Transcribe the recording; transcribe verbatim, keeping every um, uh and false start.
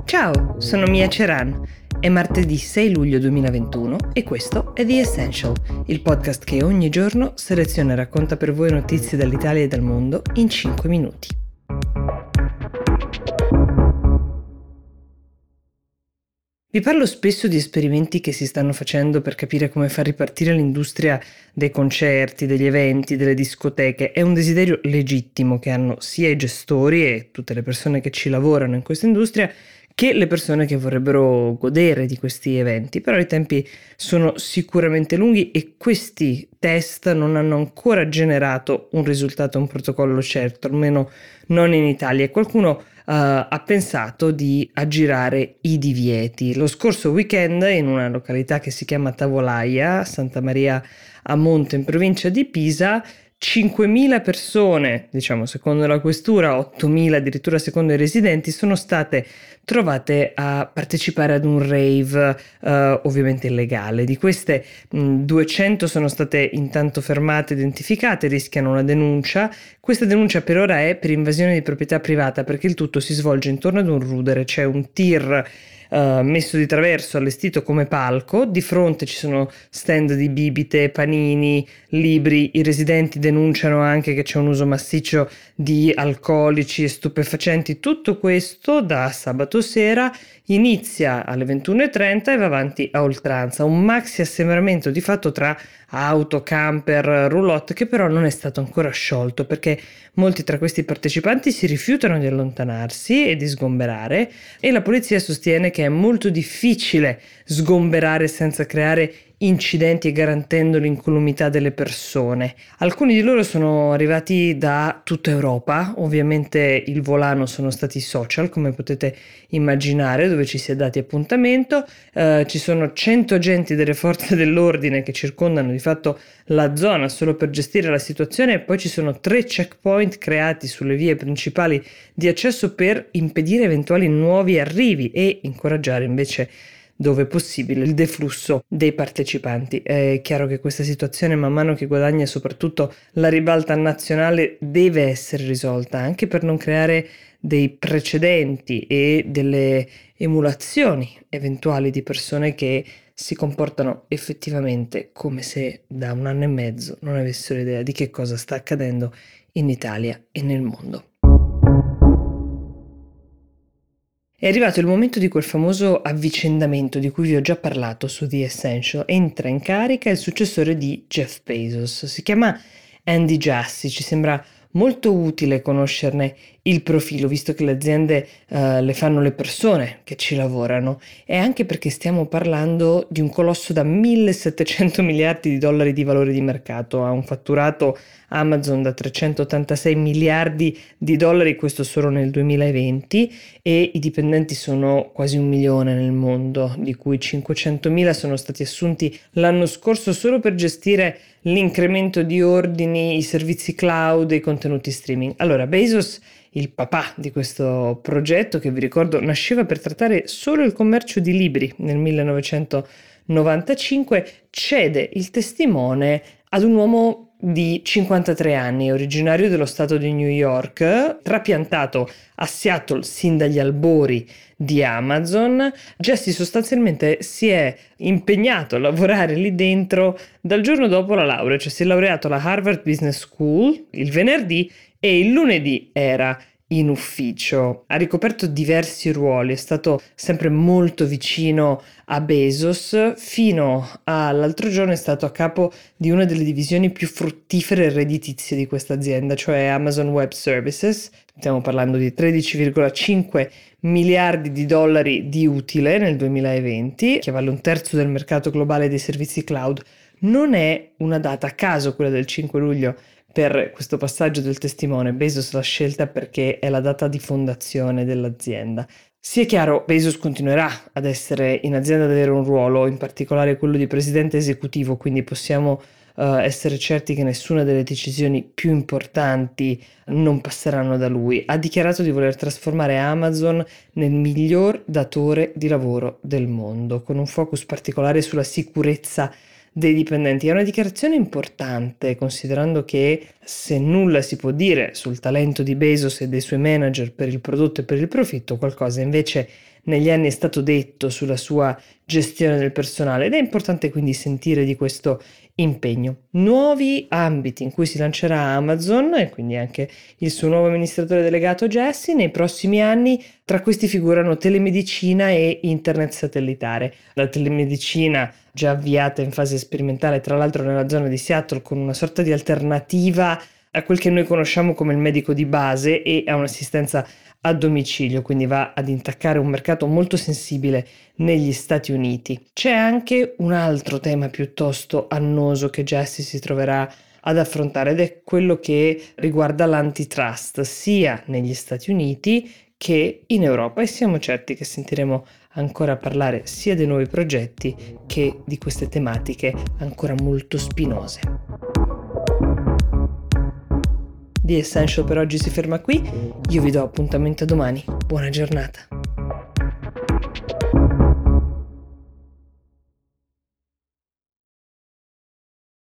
Ciao, sono Mia Ceran. È martedì sei luglio duemilaventuno e questo è The Essential, il podcast che ogni giorno seleziona e racconta per voi notizie dall'Italia e dal mondo in cinque minuti. Vi parlo spesso di esperimenti che si stanno facendo per capire come far ripartire l'industria dei concerti, degli eventi, delle discoteche. È un desiderio legittimo che hanno sia i gestori e tutte le persone che ci lavorano in questa industria, che le persone che vorrebbero godere di questi eventi. Però i tempi sono sicuramente lunghi e questi test non hanno ancora generato un risultato, un protocollo certo, almeno non in Italia. E qualcuno Uh, ha pensato di aggirare i divieti. Lo scorso weekend, in una località che si chiama Tavolaia, Santa Maria a Monte, in provincia di Pisa, cinquemila persone, diciamo secondo la questura, ottomila addirittura secondo i residenti, sono state trovate a partecipare ad un rave uh, ovviamente illegale. Di queste mh, duecento sono state intanto fermate, identificate, rischiano una denuncia. Questa denuncia per ora è per invasione di proprietà privata, perché il tutto si svolge intorno ad un rudere, c'è un tir Uh, messo di traverso, allestito come palco. Di fronte ci sono stand di bibite, panini, libri. I residenti denunciano anche che c'è un uso massiccio di alcolici e stupefacenti. Tutto questo da sabato sera inizia alle ventuno e trenta e va avanti a oltranza. Un maxi assembramento di fatto tra auto, camper, roulotte, che però non è stato ancora sciolto perché molti tra questi partecipanti si rifiutano di allontanarsi e di sgomberare, e la polizia sostiene che è molto difficile sgomberare senza creare incidenti e garantendo l'incolumità delle persone. Alcuni di loro sono arrivati da tutta Europa, ovviamente il volano sono stati i social, come potete immaginare, dove ci si è dati appuntamento. Eh, ci sono cento agenti delle forze dell'ordine che circondano di fatto la zona solo per gestire la situazione, e poi ci sono tre checkpoint creati sulle vie principali di accesso per impedire eventuali nuovi arrivi e incoraggiare invece, dove possibile, il deflusso dei partecipanti. È chiaro che questa situazione, man mano che guadagna soprattutto la ribalta nazionale, deve essere risolta, anche per non creare dei precedenti e delle emulazioni eventuali di persone che si comportano effettivamente come se da un anno e mezzo non avessero idea di che cosa sta accadendo in Italia e nel mondo. È arrivato il momento di quel famoso avvicendamento di cui vi ho già parlato su The Essential. Entra in carica il successore di Jeff Bezos. Si chiama Andy Jassy. Ci sembra molto utile conoscerne il profilo, visto che le aziende uh, le fanno le persone che ci lavorano, e anche perché stiamo parlando di un colosso da millesettecento miliardi di dollari di valore di mercato. Ha un fatturato Amazon da trecentottantasei miliardi di dollari, questo solo nel duemilaventi, e i dipendenti sono quasi un milione nel mondo, di cui cinquecentomila sono stati assunti l'anno scorso solo per gestire l'incremento di ordini, i servizi cloud e i contenuti streaming. Allora, Bezos, il papà di questo progetto, che vi ricordo nasceva per trattare solo il commercio di libri nel millenovecentonovantacinque, cede il testimone ad un uomo di cinquantatré anni, originario dello stato di New York, trapiantato a Seattle sin dagli albori di Amazon. Jesse sostanzialmente si è impegnato a lavorare lì dentro dal giorno dopo la laurea, cioè si è laureato alla Harvard Business School il venerdì e il lunedì era in ufficio. Ha ricoperto diversi ruoli, è stato sempre molto vicino a Bezos. Fino all'altro giorno è stato a capo di una delle divisioni più fruttifere e redditizie di questa azienda, cioè Amazon Web Services. Stiamo parlando di tredici virgola cinque miliardi di dollari di utile nel duemilaventi, che vale un terzo del mercato globale dei servizi cloud. Non è una data a caso quella del cinque luglio per questo passaggio del testimone. Bezos l'ha scelta perché è la data di fondazione dell'azienda. Sia chiaro, Bezos continuerà ad essere in azienda, ad avere un ruolo, in particolare quello di presidente esecutivo, quindi possiamo uh, essere certi che nessuna delle decisioni più importanti non passeranno da lui. Ha dichiarato di voler trasformare Amazon nel miglior datore di lavoro del mondo, con un focus particolare sulla sicurezza dei dipendenti. È una dichiarazione importante, considerando che se nulla si può dire sul talento di Bezos e dei suoi manager per il prodotto e per il profitto, qualcosa invece negli anni è stato detto sulla sua gestione del personale, ed è importante quindi sentire di questo impegno. Nuovi ambiti in cui si lancerà Amazon, e quindi anche il suo nuovo amministratore delegato Jesse, nei prossimi anni. Tra questi figurano telemedicina e internet satellitare. La telemedicina già avviata in fase sperimentale, tra l'altro nella zona di Seattle, con una sorta di alternativa a quel che noi conosciamo come il medico di base e a un'assistenza a domicilio, quindi va ad intaccare un mercato molto sensibile negli Stati Uniti. C'è anche un altro tema piuttosto annoso che Jesse si troverà ad affrontare, ed è quello che riguarda l'antitrust sia negli Stati Uniti che in Europa, e siamo certi che sentiremo ancora parlare sia dei nuovi progetti che di queste tematiche ancora molto spinose. The Essential per oggi si ferma qui, io vi do appuntamento domani, buona giornata.